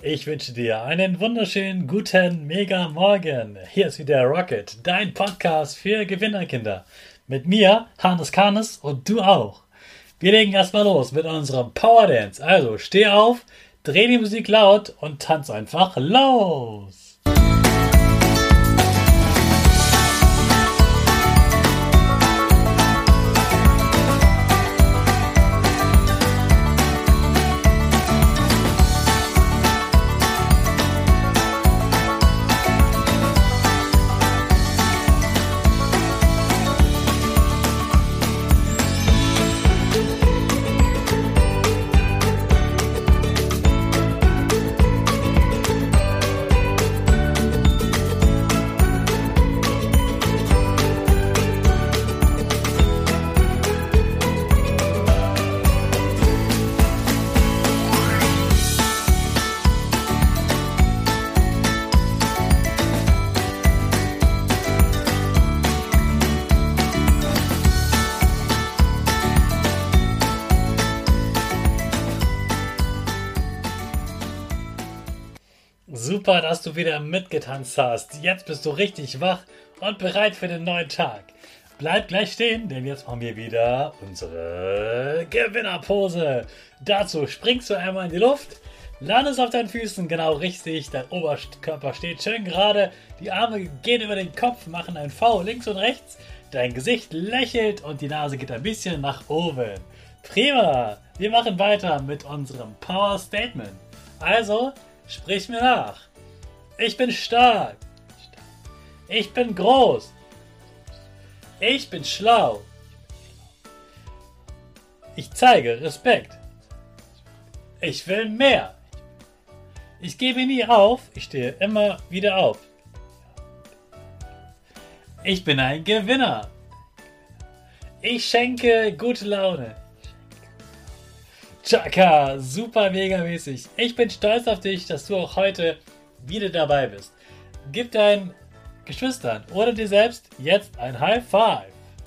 Ich wünsche dir einen wunderschönen guten Mega Morgen. Hier ist wieder Rocket, dein Podcast für Gewinnerkinder. Mit mir, Hannes Karnes und du auch. Wir legen erstmal los mit unserem Power Dance. Also steh auf, dreh die Musik laut und tanz einfach los. Super, dass du wieder mitgetanzt hast. Jetzt bist du richtig wach und bereit für den neuen Tag. Bleib gleich stehen, denn jetzt machen wir wieder unsere Gewinnerpose. Dazu springst du einmal in die Luft, landest auf deinen Füßen genau richtig, dein Oberkörper steht schön gerade, die Arme gehen über den Kopf, machen ein V links und rechts, dein Gesicht lächelt und die Nase geht ein bisschen nach oben. Prima, wir machen weiter mit unserem Power Statement. Also, sprich mir nach. Ich bin stark. Ich bin groß. Ich bin schlau. Ich zeige Respekt. Ich will mehr. Ich gebe nie auf. Ich stehe immer wieder auf. Ich bin ein Gewinner. Ich schenke gute Laune. Chaka, super mega mäßig. Ich bin stolz auf dich, dass du auch heute wieder dabei bist. Gib deinen Geschwistern oder dir selbst jetzt ein High Five.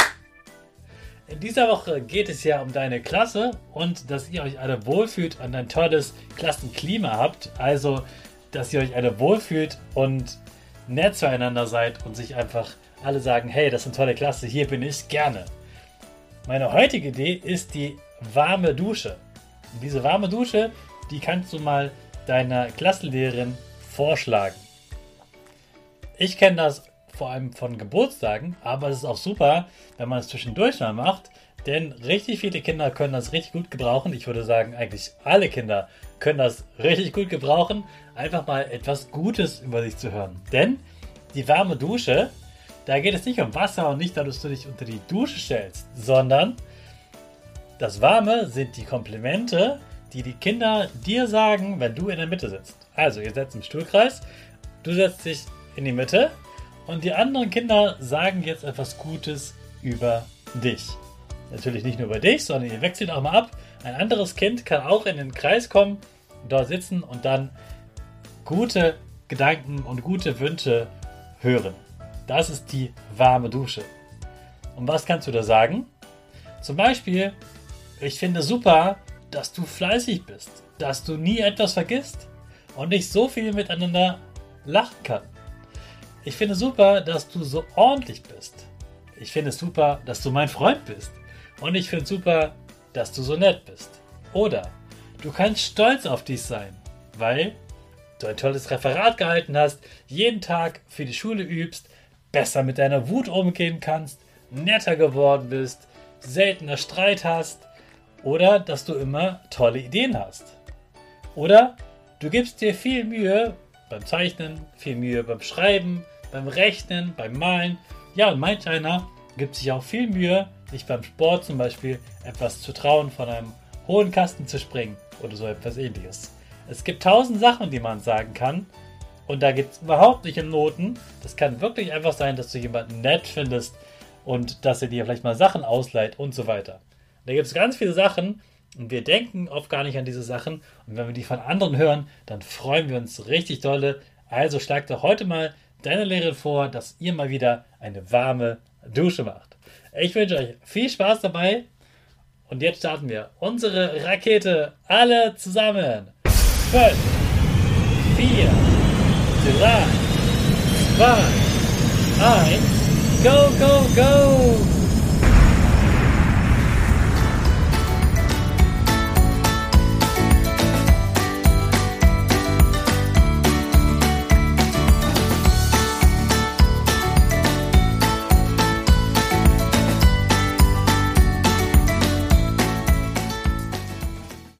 In dieser Woche geht es ja um deine Klasse und dass ihr euch alle wohlfühlt und ein tolles Klassenklima habt. Also, dass ihr euch alle wohlfühlt und nett zueinander seid und sich einfach alle sagen, hey, das ist eine tolle Klasse, hier bin ich gerne. Meine heutige Idee ist die warme Dusche. Und diese warme Dusche, die kannst du mal deiner Klassenlehrerin vorschlagen. Ich kenne das vor allem von Geburtstagen, aber es ist auch super, wenn man es zwischendurch mal macht, denn richtig viele Kinder können das richtig gut gebrauchen. Ich würde sagen, eigentlich alle Kinder können das richtig gut gebrauchen, einfach mal etwas Gutes über sich zu hören. Denn die warme Dusche, da geht es nicht um Wasser und nicht, dass du dich unter die Dusche stellst, sondern das Warme sind die Komplimente, die die Kinder dir sagen, wenn du in der Mitte sitzt. Also, ihr setzt im Stuhlkreis, du setzt dich in die Mitte und die anderen Kinder sagen jetzt etwas Gutes über dich. Natürlich nicht nur über dich, sondern ihr wechselt auch mal ab. Ein anderes Kind kann auch in den Kreis kommen, dort sitzen und dann gute Gedanken und gute Wünsche hören. Das ist die warme Dusche. Und was kannst du da sagen? Zum Beispiel: Ich finde super, dass du fleißig bist, dass du nie etwas vergisst und ich so viel miteinander lachen kann. Ich finde super, dass du so ordentlich bist. Ich finde es super, dass du mein Freund bist. Und ich finde super, dass du so nett bist. Oder du kannst stolz auf dich sein, weil du ein tolles Referat gehalten hast, jeden Tag für die Schule übst, besser mit deiner Wut umgehen kannst, netter geworden bist, seltener Streit hast. Oder dass du immer tolle Ideen hast. Oder du gibst dir viel Mühe beim Zeichnen, viel Mühe beim Schreiben, beim Rechnen, beim Malen. Ja, und manch einer gibt sich auch viel Mühe, sich beim Sport zum Beispiel etwas zu trauen, von einem hohen Kasten zu springen oder so etwas Ähnliches. Es gibt 1000 Sachen, die man sagen kann. Und da geht es überhaupt nicht um Noten. Das kann wirklich einfach sein, dass du jemanden nett findest und dass er dir vielleicht mal Sachen ausleiht und so weiter. Da gibt es ganz viele Sachen und wir denken oft gar nicht an diese Sachen. Und wenn wir die von anderen hören, dann freuen wir uns richtig dolle. Also schlag doch heute mal deiner Lehrerin vor, dass ihr mal wieder eine warme Dusche macht. Ich wünsche euch viel Spaß dabei. Und jetzt starten wir unsere Rakete alle zusammen. 5, 4, 3, 2, 1, go, go, go!